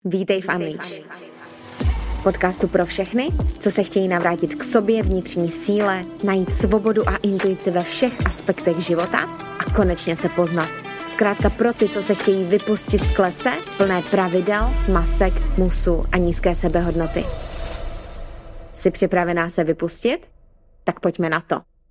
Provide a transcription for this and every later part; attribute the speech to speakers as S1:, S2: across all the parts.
S1: Vítej v Unleash. Podcastu pro všechny, co se chtějí navrátit k sobě, vnitřní síle, najít svobodu a intuici ve všech aspektech života a konečně se poznat. Zkrátka pro ty, co se chtějí vypustit z klece, plné pravidel, masek, musu a nízké sebehodnoty. Jsi připravená se vypustit? Tak pojďme na to.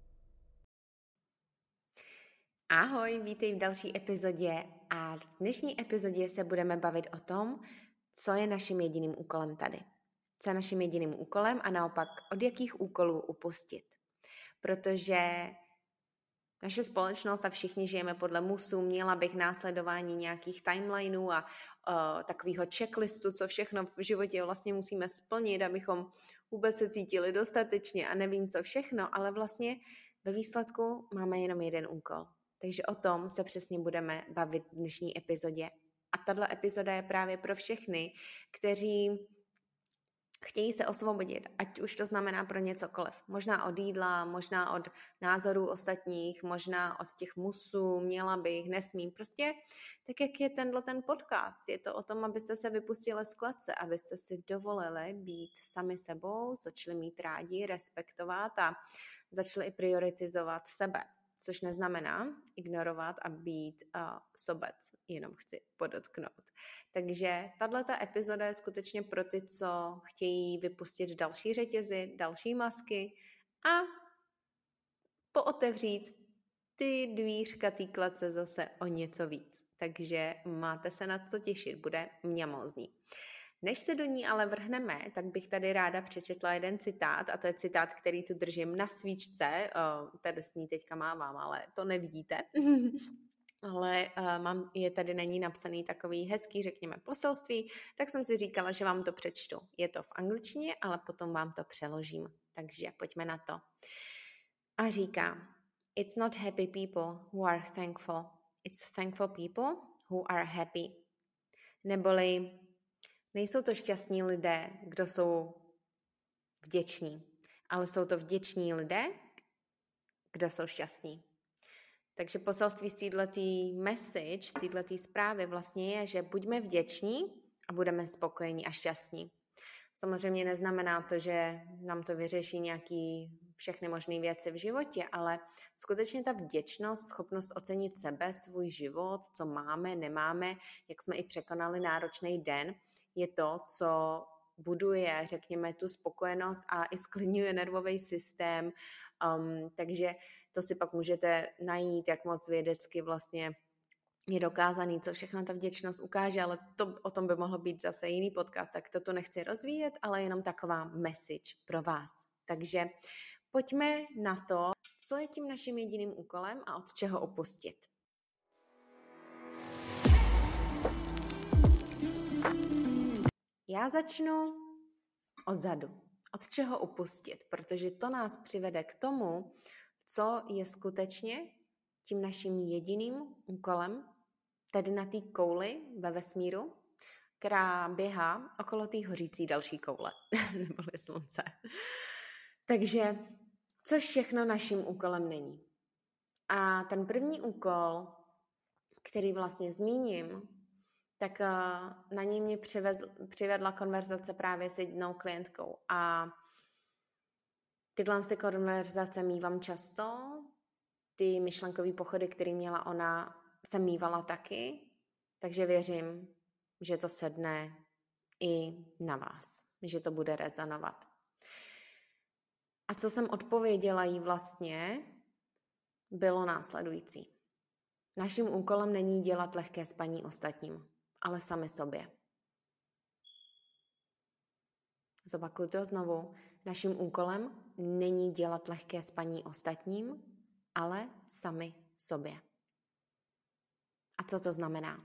S1: Ahoj, vítej v další epizodě a v dnešní epizodě se budeme bavit o tom, co je naším jediným úkolem tady. Co je naším jediným úkolem a naopak od jakých úkolů upustit. Protože naše společnost a všichni žijeme podle musu, měla bych následování nějakých timelineů a takového checklistu, co všechno v životě vlastně musíme splnit, abychom vůbec se cítili dostatečně a nevím co všechno, ale vlastně ve výsledku máme jenom jeden úkol. Takže o tom se přesně budeme bavit v dnešní epizodě. A tato epizoda je právě pro všechny, kteří chtějí se osvobodit, ať už to znamená pro něcokoliv. Možná od jídla, možná od názorů ostatních, možná od těch musů, měla bych, nesmím. Prostě tak, jak je ten podcast. Je to o tom, abyste se vypustili z klece, abyste si dovolili být sami sebou, začali mít rádi, respektovat a začali i prioritizovat sebe. Což neznamená ignorovat a být sobec, jenom chci podotknout. Takže tato epizoda je skutečně pro ty, co chtějí vypustit další řetězy, další masky a pootevřít ty dvířka té klece zase o něco víc. Takže máte se na co těšit, bude mňamózní. Než se do ní ale vrhneme, tak bych tady ráda přečetla jeden citát, a to je citát, který tu držím na svíčce, tady s ní teďka mávám, ale to nevidíte, ale je tady na ní napsaný takový hezký, řekněme, poselství, tak jsem si říkala, že vám to přečtu. Je to v angličtině, ale potom vám to přeložím, takže pojďme na to. A říká, it's not happy people who are thankful, it's thankful people who are happy. Neboli nejsou to šťastní lidé, kdo jsou vděční, ale jsou to vděční lidé, kdo jsou šťastní. Takže poselství z této message, z této zprávy vlastně je, že buďme vděční a budeme spokojení a šťastní. Samozřejmě neznamená to, že nám to vyřeší nějaký všechny možné věci v životě, ale skutečně ta vděčnost, schopnost ocenit sebe, svůj život, co máme, nemáme, jak jsme i překonali náročný den, je to, co buduje, řekněme, tu spokojenost a i sklidňuje nervový systém. Takže to si pak můžete najít, jak moc vědecky vlastně je dokázaný, co všechno ta vděčnost ukáže, ale o tom by mohl být zase jiný podcast, tak to tu nechci rozvíjet, ale jenom taková message pro vás. Takže pojďme na to, co je tím naším jediným úkolem a od čeho opustit. Já začnu odzadu. Od čeho upustit, protože to nás přivede k tomu, co je skutečně tím naším jediným úkolem, tady na té kouli ve vesmíru, která běhá okolo té hořící další koule, neboli slunce. Takže co všechno naším úkolem není. A ten první úkol, který vlastně zmíním, tak na něj mě přivedla konverzace právě s jednou klientkou. A tyhle konverzace mívám často, ty myšlenkové pochody, které měla ona, jsem mívala taky, takže věřím, že to sedne i na vás, že to bude rezonovat. A co jsem odpověděla jí vlastně, bylo následující. Naším úkolem není dělat lehké spaní ostatním, ale sami sobě. Zopakuju to znovu. Naším úkolem není dělat lehké spaní ostatním, ale sami sobě. A co to znamená?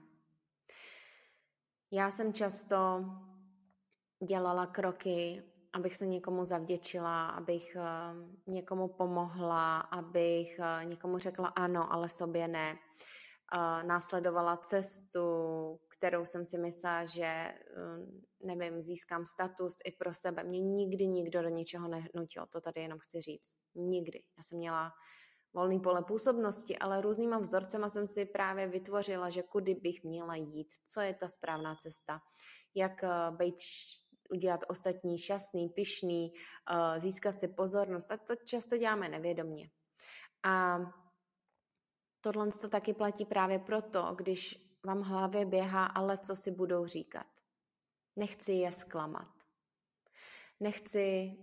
S1: Já jsem často dělala kroky, abych se někomu zavděčila, abych někomu pomohla, abych někomu řekla ano, ale sobě ne. Následovala cestu, kterou jsem si myslela, že získám status i pro sebe. Mě nikdy nikdo do ničeho nenutil, to tady jenom chci říct. Nikdy. Já jsem měla volný pole působnosti, ale různýma vzorcema jsem si právě vytvořila, že kudy bych měla jít, co je ta správná cesta, jak udělat ostatní šťastný, pyšný, získat si pozornost. A to často děláme nevědomně. A tohle to taky platí právě proto, když vám v hlavě běhá, ale co si budou říkat. Nechci je zklamat. Nechci,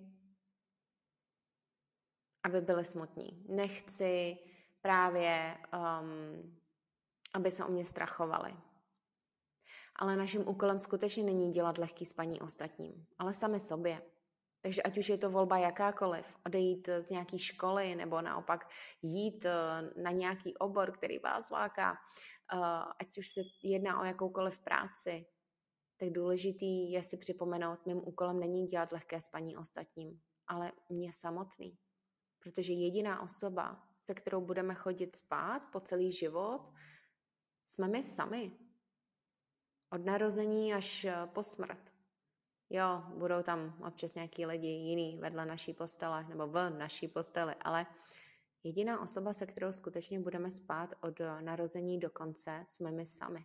S1: aby byli smutní. Nechci právě, aby se o mě strachovali. Ale naším úkolem skutečně není dělat lehký spaní ostatním, ale sami sobě. Takže ať už je to volba jakákoliv, odejít z nějaké školy nebo naopak jít na nějaký obor, který vás láká, ať už se jedná o jakoukoliv práci, tak důležitý je si připomenout, mým úkolem není dělat lehké spaní ostatním, ale mě samotný. Protože jediná osoba, se kterou budeme chodit spát po celý život, jsme my sami. Od narození až po smrt. Jo, budou tam občas nějaký lidi jiný vedle naší postele nebo v naší posteli, ale jediná osoba, se kterou skutečně budeme spát od narození do konce, jsme my sami.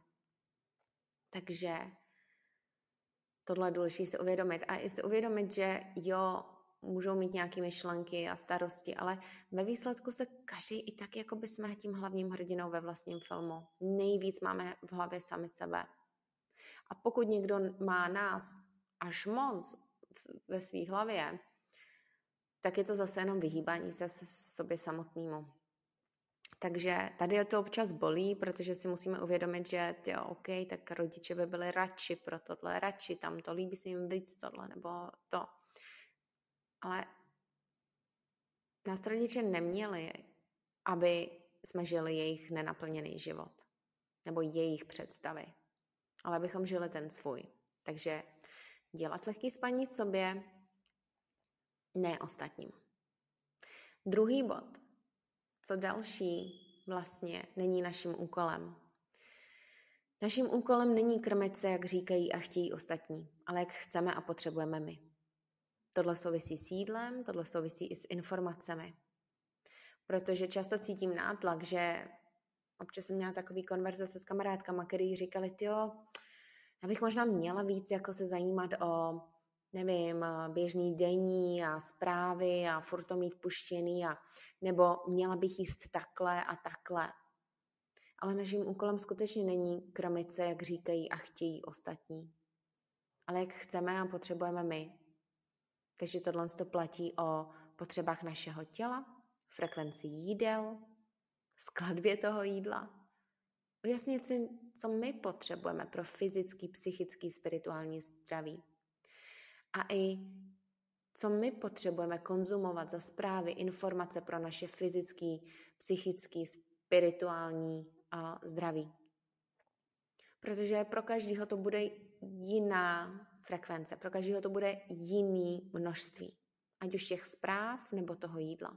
S1: Takže tohle je důležité si uvědomit. A i si uvědomit, že jo, můžou mít nějaké myšlenky a starosti, ale ve výsledku se každý i tak, jako by jsme tím hlavním hrdinou ve vlastním filmu. Nejvíc máme v hlavě sami sebe. A pokud někdo má nás až moc ve své hlavě, tak je to zase jenom vyhýbání se sobě samotnému. Takže tady je to občas bolí, protože si musíme uvědomit, že jo, OK, tak rodiče by byli radši pro tohle, radši tamto, líbí se jim víc tohle nebo to. Ale nás rodiče neměli, aby jsme žili jejich nenaplněný život nebo jejich představy, ale abychom žili ten svůj. Takže dělat lehký spaní sobě, ne ostatním. Druhý bod, co další vlastně není naším úkolem. Naším úkolem není krmit se, jak říkají a chtějí ostatní, ale jak chceme a potřebujeme my. Tohle souvisí s jídlem, tohle souvisí i s informacemi. Protože často cítím nátlak, že občas jsem měla takový konverzace s kamarádkama, který říkali, tyjo, já bych možná měla víc jako se zajímat o, nevím, běžný denní a zprávy a furt to mít puštěný nebo měla bych jíst takhle a takhle. Ale naším úkolem skutečně není krmit se, jak říkají a chtějí ostatní. Ale jak chceme a potřebujeme my. Takže tohle to platí o potřebách našeho těla, frekvenci jídel, skladbě toho jídla. Ujasnit si, co my potřebujeme pro fyzický, psychický, spirituální zdraví. A i co my potřebujeme konzumovat za zprávy, informace pro naše fyzický, psychický, spirituální zdraví. Protože pro každého to bude jiná frekvence, pro každého to bude jiný množství. Ať už těch zpráv, nebo toho jídla.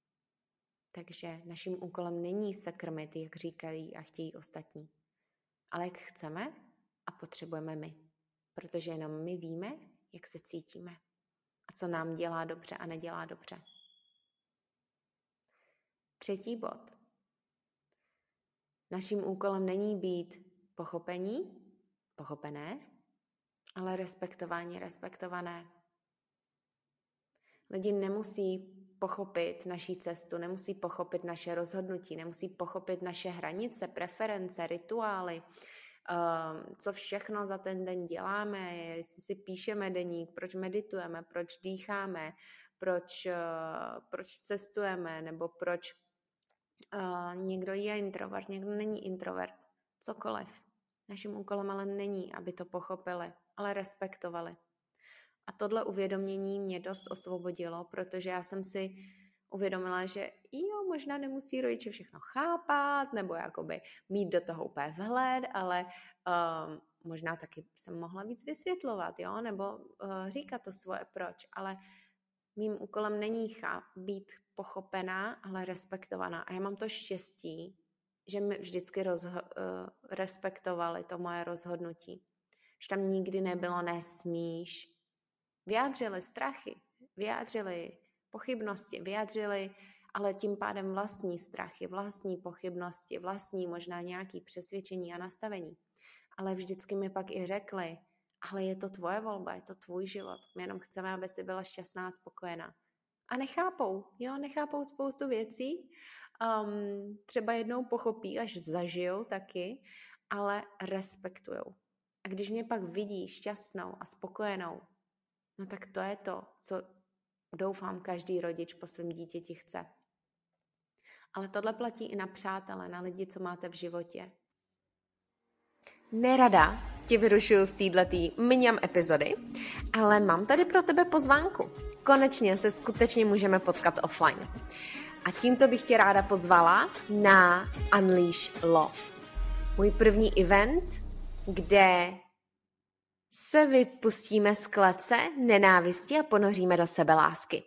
S1: Takže naším úkolem není se krmit, jak říkají a chtějí ostatní. Ale jak chceme a potřebujeme my. Protože jenom my víme, jak se cítíme. A co nám dělá dobře a nedělá dobře. Třetí bod. Naším úkolem není být pochopené, ale respektované. Lidi nemusí pochopit naší cestu, nemusí pochopit naše rozhodnutí, nemusí pochopit naše hranice, preference, rituály, co všechno za ten den děláme, jestli si píšeme deník, proč meditujeme, proč dýcháme, proč cestujeme, nebo proč někdo je introvert, někdo není introvert, cokoliv. Naším úkolem ale není, aby to pochopili, ale respektovali. A tohle uvědomění mě dost osvobodilo, protože já jsem si uvědomila, že jo, možná nemusí rodiče všechno chápat, nebo jakoby mít do toho úplně vhled, ale možná taky jsem mohla víc vysvětlovat, jo, nebo říkat to svoje proč, ale mým úkolem není být pochopená, ale respektovaná. A já mám to štěstí, že mi vždycky respektovali to moje rozhodnutí. Že tam nikdy nebylo nesmíš. Vyjádřili strachy, vyjádřili pochybnosti, vyjádřili ale tím pádem vlastní strachy, vlastní pochybnosti, vlastní možná nějaké přesvědčení a nastavení. Ale vždycky mi pak i řekli, ale je to tvoje volba, je to tvůj život. My jenom chceme, aby jsi byla šťastná a spokojená. A nechápou spoustu věcí, třeba jednou pochopí, až zažijou taky, ale respektujou. A když mě pak vidí šťastnou a spokojenou, no tak to je to, co doufám každý rodič po svém dítěti chce. Ale tohle platí i na přátele, na lidi, co máte v životě. Nerada ti vyrušuju z této mňam epizody, ale mám tady pro tebe pozvánku. Konečně se skutečně můžeme potkat offline. A tímto bych tě ráda pozvala na Unleash Love. Můj první event, kde se vypustíme z klece nenávisti a ponoříme do sebelásky.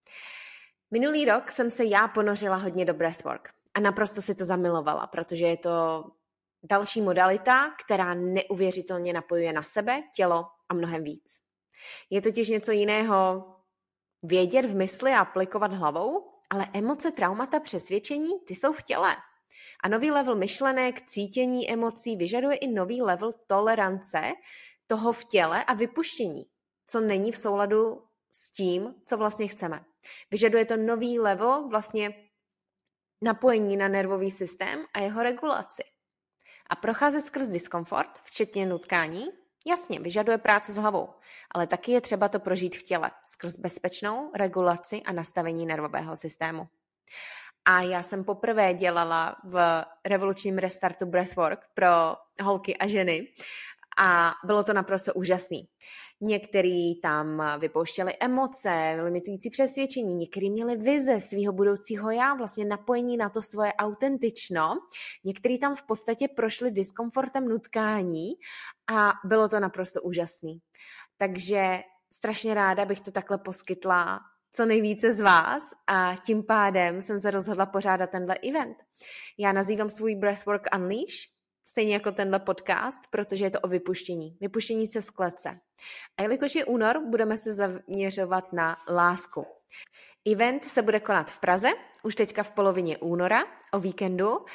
S1: Minulý rok jsem se já ponořila hodně do breathwork a naprosto si to zamilovala, protože je to další modalita, která neuvěřitelně napojuje na sebe, tělo a mnohem víc. Je totiž něco jiného vědět v mysli a aplikovat hlavou, ale emoce, traumata, přesvědčení, ty jsou v těle. A nový level myšlenek, cítění emocí vyžaduje i nový level tolerance toho v těle a vypuštění, co není v souladu s tím, co vlastně chceme. Vyžaduje to nový level vlastně napojení na nervový systém a jeho regulaci. A procházet skrz diskomfort, včetně nutkání, jasně, vyžaduje práci s hlavou, ale taky je třeba to prožít v těle, skrz bezpečnou regulaci a nastavení nervového systému. A já jsem poprvé dělala v revolučním restartu breathwork pro holky a ženy a bylo to naprosto úžasný. Někteří tam vypouštěli emoce, limitující přesvědčení, někteří měli vize svého budoucího já, vlastně napojení na to svoje autentično. Někteří tam v podstatě prošli diskomfortem nutkání a bylo to naprosto úžasný. Takže strašně ráda bych to takhle poskytla co nejvíce z vás a tím pádem jsem se rozhodla pořádat tenhle event. Já nazývám svůj Breathwork Unleash, stejně jako tenhle podcast, protože je to o vypuštění. Vypuštění se z klece. A jelikož je únor, budeme se zaměřovat na lásku. Event se bude konat v Praze, už teďka v polovině února, o víkendu.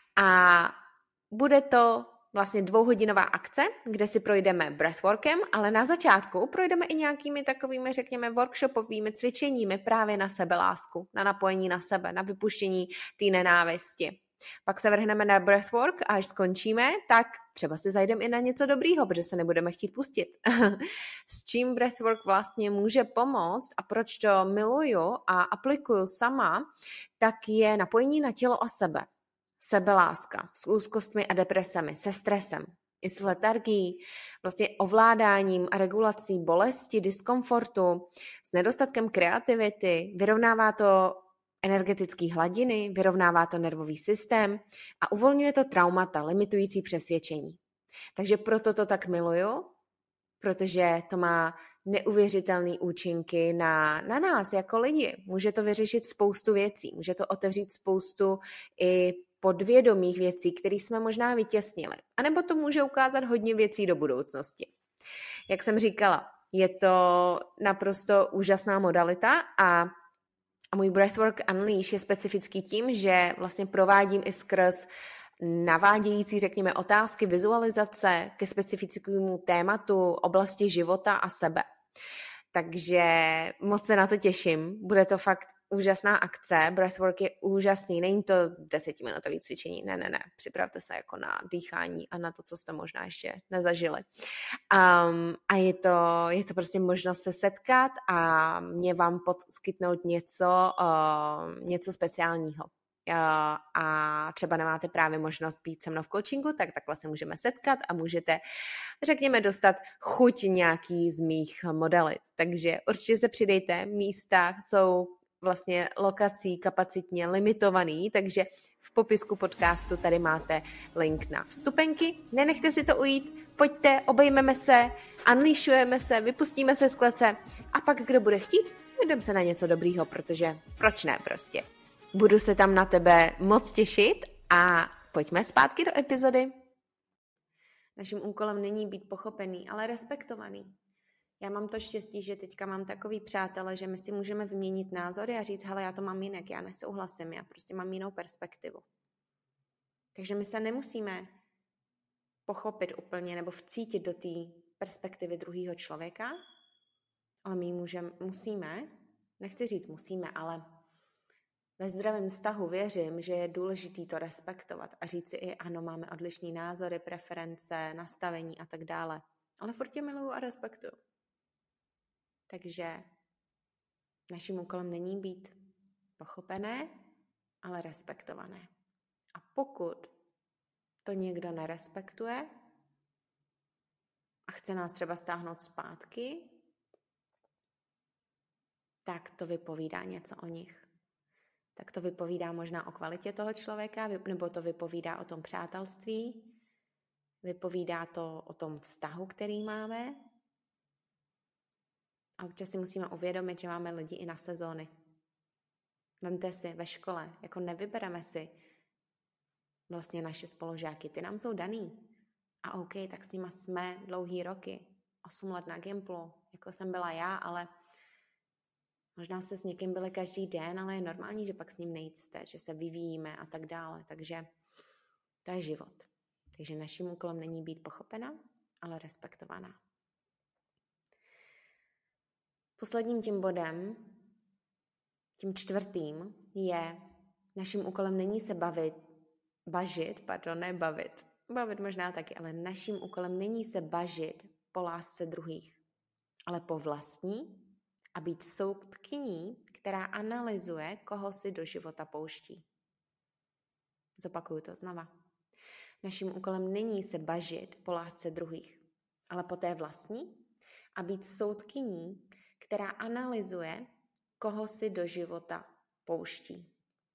S1: A bude to vlastně 2hodinová akce, kde si projdeme breathworkem, ale na začátku projdeme i nějakými takovými, řekněme, workshopovými cvičeními právě na sebelásku, na napojení na sebe, na vypuštění té nenávisti. Pak se vrhneme na breathwork a až skončíme, tak třeba si zajdeme i na něco dobrýho, protože se nebudeme chtít pustit. S čím breathwork vlastně může pomoct a proč to miluju a aplikuju sama, tak je napojení na tělo a sebe. Sebeláska s úzkostmi a depresemi, se stresem, i s letargií, vlastně ovládáním a regulací bolesti, diskomfortu, s nedostatkem kreativity, vyrovnává to energetické hladiny, vyrovnává to nervový systém a uvolňuje to traumata, limitující přesvědčení. Takže proto to tak miluju, protože to má neuvěřitelné účinky na nás jako lidi. Může to vyřešit spoustu věcí, může to otevřít spoustu i podvědomých věcí, které jsme možná vytěsnili. A nebo to může ukázat hodně věcí do budoucnosti. Jak jsem říkala, je to naprosto úžasná modalita a můj Breathwork Unleash je specifický tím, že vlastně provádím i skrz navádějící, řekněme, otázky, vizualizace ke specifickému tématu oblasti života a sebe. Takže moc se na to těším. Bude to fakt úžasná akce. Breathwork je úžasný. Není to 10-minutové cvičení. Ne. Připravte se jako na dýchání a na to, co jste možná ještě nezažili. A je to prostě možnost se setkat a mě vám poskytnout něco speciálního. A třeba nemáte právě možnost být se mnou v coachingu, tak takhle se můžeme setkat a můžete, řekněme, dostat chuť nějaký z mých modalit. Takže určitě se přidejte, místa jsou vlastně lokací kapacitně limitovaný, takže v popisku podcastu tady máte link na vstupenky. Nenechte si to ujít, pojďte, obejmeme se, unleashujeme se, vypustíme se z klece a pak, kdo bude chtít, jdeme se na něco dobrýho, protože proč ne prostě. Budu se tam na tebe moc těšit a pojďme zpátky do epizody. Naším úkolem není být pochopený, ale respektovaný. Já mám to štěstí, že teďka mám takový přátele, že my si můžeme vyměnit názory a říct, hele, já to mám jinak, já nesouhlasím, já prostě mám jinou perspektivu. Takže my se nemusíme pochopit úplně nebo vcítit do té perspektivy druhého člověka, ale my musíme, nechci říct musíme, ale ve zdravém vztahu věřím, že je důležité to respektovat a říct si i ano, máme odlišný názory, preference, nastavení a tak dále. Ale furt tě miluju a respektuju. Takže naším úkolem není být pochopené, ale respektované. A pokud to někdo nerespektuje a chce nás třeba stáhnout zpátky, tak to vypovídá něco o nich. Tak to vypovídá možná o kvalitě toho člověka, nebo to vypovídá o tom přátelství, vypovídá to o tom vztahu, který máme. A určitě si musíme uvědomit, že máme lidi i na sezóny. Vemte si ve škole, jako nevybereme si vlastně naše spolužáky, ty nám jsou daný. A OK, tak s nima jsme dlouhý roky, 8 let na Gimplu, jako jsem byla já, ale možná jste s někým byli každý den, ale je normální, že pak s ním nejste, že se vyvíjíme a tak dále. Takže to je život. Takže naším úkolem není být pochopena, ale respektovaná. Posledním tím bodem, tím čtvrtým, je, naším úkolem není se bavit možná taky, ale naším úkolem není se bažit po lásce druhých, ale po vlastní a být soudkyní, která analyzuje, koho si do života pouští. Zopakuju to znova. Naším úkolem není se bažit po lásce druhých, ale po té vlastní a být soudkyní, která analyzuje, koho si do života pouští.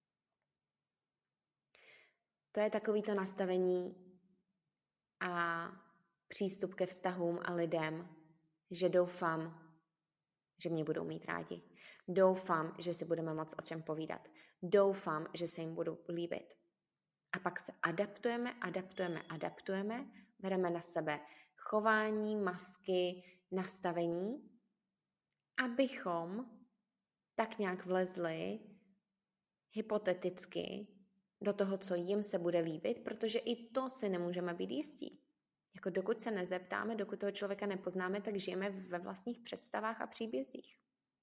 S1: To je takovýto nastavení a přístup ke vztahům a lidem, že doufám, že mě budou mít rádi. Doufám, že si budeme moct o čem povídat. Doufám, že se jim budu líbit. A pak se adaptujeme, bereme na sebe chování, masky, nastavení, abychom tak nějak vlezli hypoteticky do toho, co jim se bude líbit, protože i to si nemůžeme být jistí. Jako dokud se nezeptáme, dokud toho člověka nepoznáme, tak žijeme ve vlastních představách a příbězích.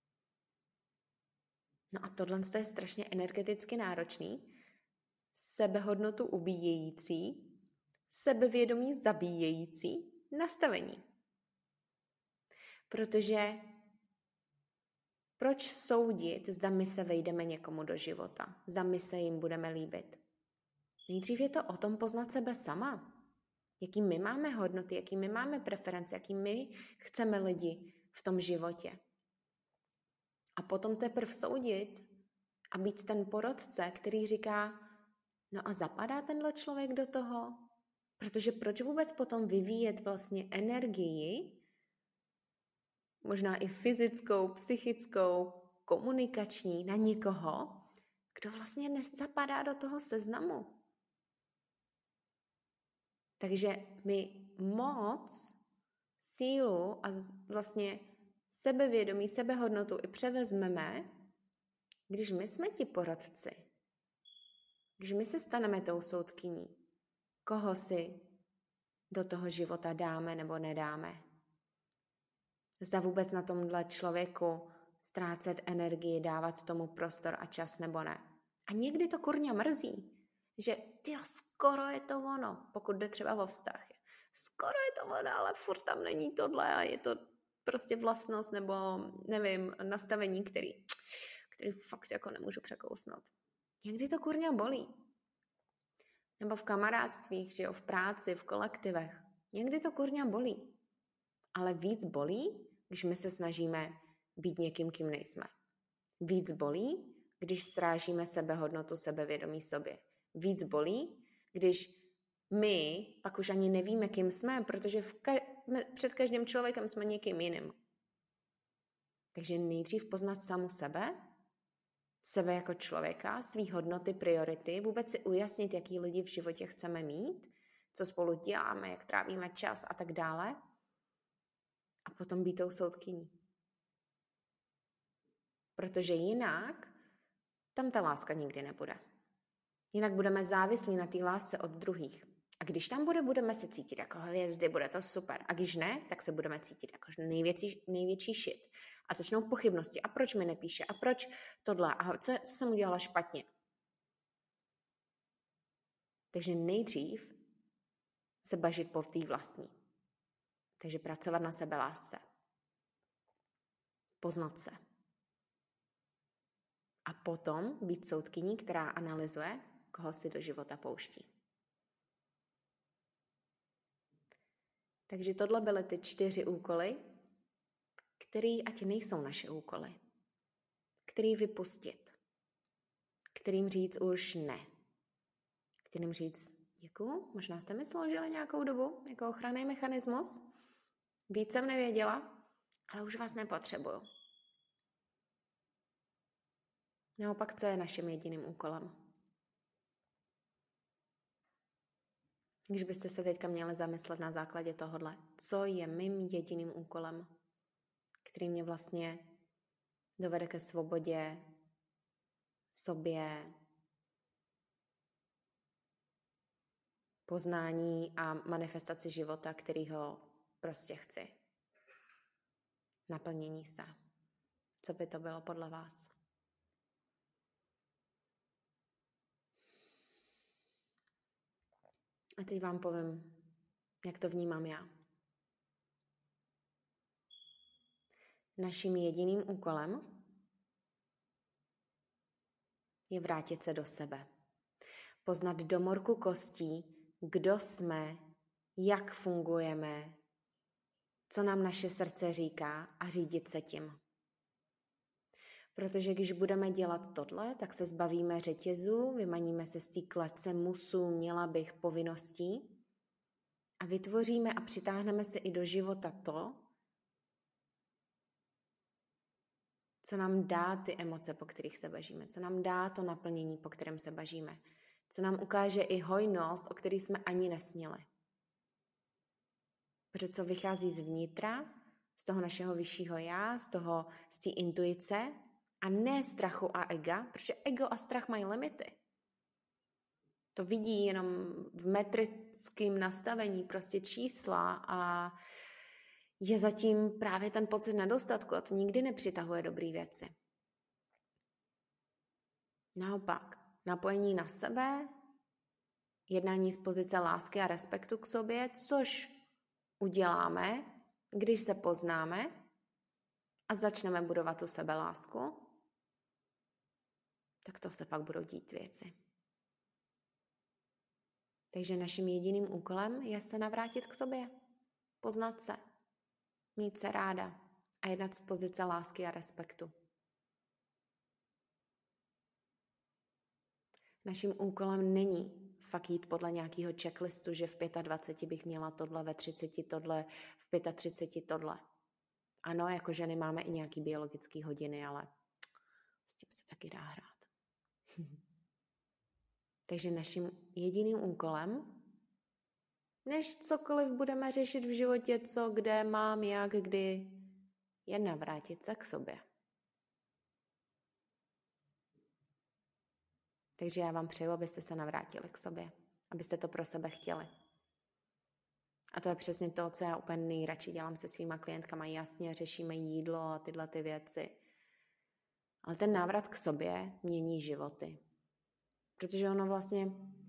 S1: No a tohle je strašně energeticky náročný, sebehodnotu ubíjející, sebevědomí zabíjející nastavení. Protože proč soudit, zda my se vejdeme někomu do života, zda my se jim budeme líbit? Nejdřív je to o tom poznat sebe sama. Jaký my máme hodnoty, jaký my máme preference, jaký my chceme lidi v tom životě. A potom teprve soudit a být ten porodce, který říká, no a zapadá tenhle člověk do toho? Protože proč vůbec potom vyvíjet vlastně energii, možná i fyzickou, psychickou, komunikační na někoho, kdo vlastně nezapadá do toho seznamu? Takže my moc, sílu a vlastně sebevědomí, sebehodnotu i převezmeme, když my jsme ti poradci. Když my se staneme tou soudkyní, koho si do toho života dáme nebo nedáme. Zda vůbec na tomhle člověku ztrácet energii, dávat tomu prostor a čas nebo ne. A někdy to kurňa mrzí, že skoro je to ono, pokud jde třeba o vztah. Skoro je to ono, ale furt tam není tohle a je to prostě vlastnost nebo nevím, nastavení, který fakt jako nemůžu překousnout. Někdy to kurňa bolí. Nebo v kamarádstvích, že jo, v práci, v kolektivech. Někdy to kurňa bolí. Ale víc bolí, když my se snažíme být někým, kým nejsme. Víc bolí, když srážíme sebehodnotu, sebevědomí sobě. Víc bolí, když my pak už ani nevíme, kým jsme, protože před každým člověkem jsme někým jiným. Takže nejdřív poznat samu sebe jako člověka, svý hodnoty, priority, vůbec si ujasnit, jaký lidi v životě chceme mít, co spolu děláme, jak trávíme čas a tak dále. A potom být tou soudkyní. Protože jinak tam ta láska nikdy nebude. Jinak budeme závislí na té lásce od druhých. A když tam budeme se cítit jako hvězdy, bude to super. A když ne, tak se budeme cítit jako největší shit. A začnou pochybnosti. A proč mi nepíše? A proč tohle? A co jsem udělala špatně? Takže nejdřív se bažit po té vlastní. Takže pracovat na sebelásce. Poznat se. A potom být soudkyní, která analyzuje, koho si do života pouští. Takže tohle byly ty 4 úkoly, které ať nejsou naše úkoly. Který vypustit. Kterým říct už ne. Kterým říct děkuju, možná jste mi složili nějakou dobu jako ochranný mechanismus. Víc jsem nevěděla, ale už vás nepotřebuju. Naopak, co je naším jediným úkolem? Když byste se teďka měli zamyslet na základě tohohle, co je mým jediným úkolem, který mě vlastně dovede ke svobodě, sobě, poznání a manifestaci života, kterýho prostě chci. Naplnění se. Co by to bylo podle vás? A teď vám povím, jak to vnímám já. Naším jediným úkolem je vrátit se do sebe. Poznat do morku kostí, kdo jsme, jak fungujeme, co nám naše srdce říká a řídit se tím. Protože když budeme dělat tohle, tak se zbavíme řetězu, vymaníme se z té klece musů, měla bych, povinností a vytvoříme a přitáhneme se i do života to, co nám dá ty emoce, po kterých se bažíme, co nám dá to naplnění, po kterém se bažíme, co nám ukáže i hojnost, o který jsme ani nesnili. Protože co vychází zvnitra, z toho našeho vyššího já, z té intuice a ne strachu a ega, protože ego a strach mají limity. To vidí jenom v metrickém nastavení prostě čísla a je zatím právě ten pocit nedostatku a to nikdy nepřitahuje dobré věci. Naopak, napojení na sebe, jednání z pozice lásky a respektu k sobě, což uděláme, když se poznáme a začneme budovat tu sebelásku, tak to se pak budou dít věci. Takže naším jediným úkolem je se navrátit k sobě, poznat se, mít se ráda a jednat z pozice lásky a respektu. Naším úkolem není fakt jít podle nějakého checklistu, že v 25 bych měla tohle, ve 30 tohle, v 35 tohle. Ano, jako ženy máme i nějaký biologický hodiny, ale s tím se taky dá hrát. Takže naším jediným úkolem, než cokoliv budeme řešit v životě, co, kde, mám, jak, kdy, je navrátit se k sobě. Takže já vám přeju, abyste se navrátili k sobě, abyste to pro sebe chtěli. A to je přesně to, co já úplně nejradši dělám se svýma klientkama. Jasně, řešíme jídlo a tyhle ty věci. Ale ten návrat k sobě mění životy. Protože ono vlastně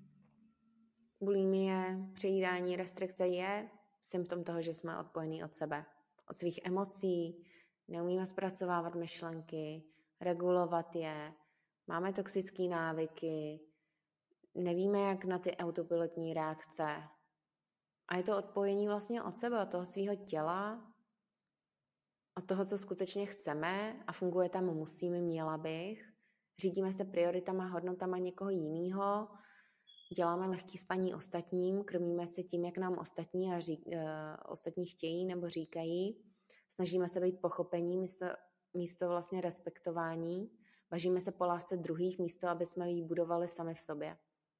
S1: bulimie, přejídání, restrikce je symptom toho, že jsme odpojení od sebe. Od svých emocí, neumíme zpracovávat myšlenky, regulovat je, máme toxické návyky, nevíme, jak na ty autopilotní reakce. A je to odpojení vlastně od sebe, od toho svého těla, od toho, co skutečně chceme a funguje tam musím, měla bych. Řídíme se prioritama, hodnotama někoho jiného, děláme lehký spaní ostatním, krmíme se tím, jak nám ostatní chtějí nebo říkají. Snažíme se být pochopení místo vlastně respektování. Bažíme se po lásce druhých místo, aby jsme ji budovali sami v sobě.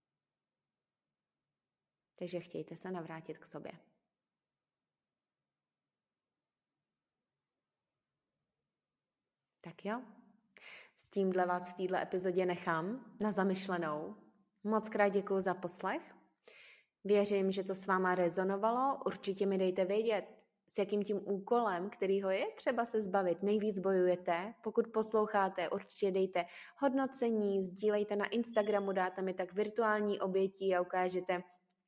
S1: Takže chtějte se navrátit k sobě. Tak jo, s tímhle vás v této epizodě nechám na zamyšlenou. Moc krát děkuju za poslech. Věřím, že to s váma rezonovalo. Určitě mi dejte vědět, s jakým tím úkolem, kterýho je třeba se zbavit, nejvíc bojujete. Pokud posloucháte, určitě dejte hodnocení, sdílejte na Instagramu, dáte mi tak virtuální obětí a ukážete,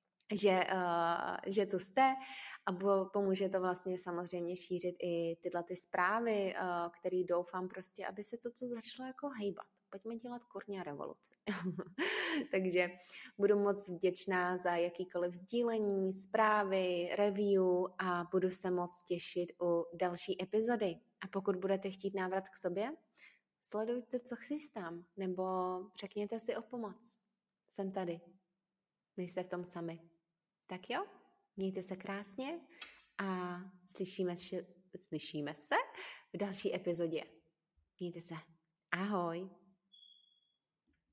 S1: že tu jste a pomůže to vlastně samozřejmě šířit i tyhle ty zprávy, které doufám prostě, aby se to začalo jako hejbat. Pojďme dělat kurňa revoluci. Takže budu moc vděčná za jakýkoliv sdílení, zprávy, review a budu se moc těšit u další epizody. A pokud budete chtít návrat k sobě, sledujte, co chystám, nebo řekněte si o pomoc. Jsem tady. Nejste v tom sami. Tak jo, mějte se krásně a slyšíme se v další epizodě. Mějte se. Ahoj.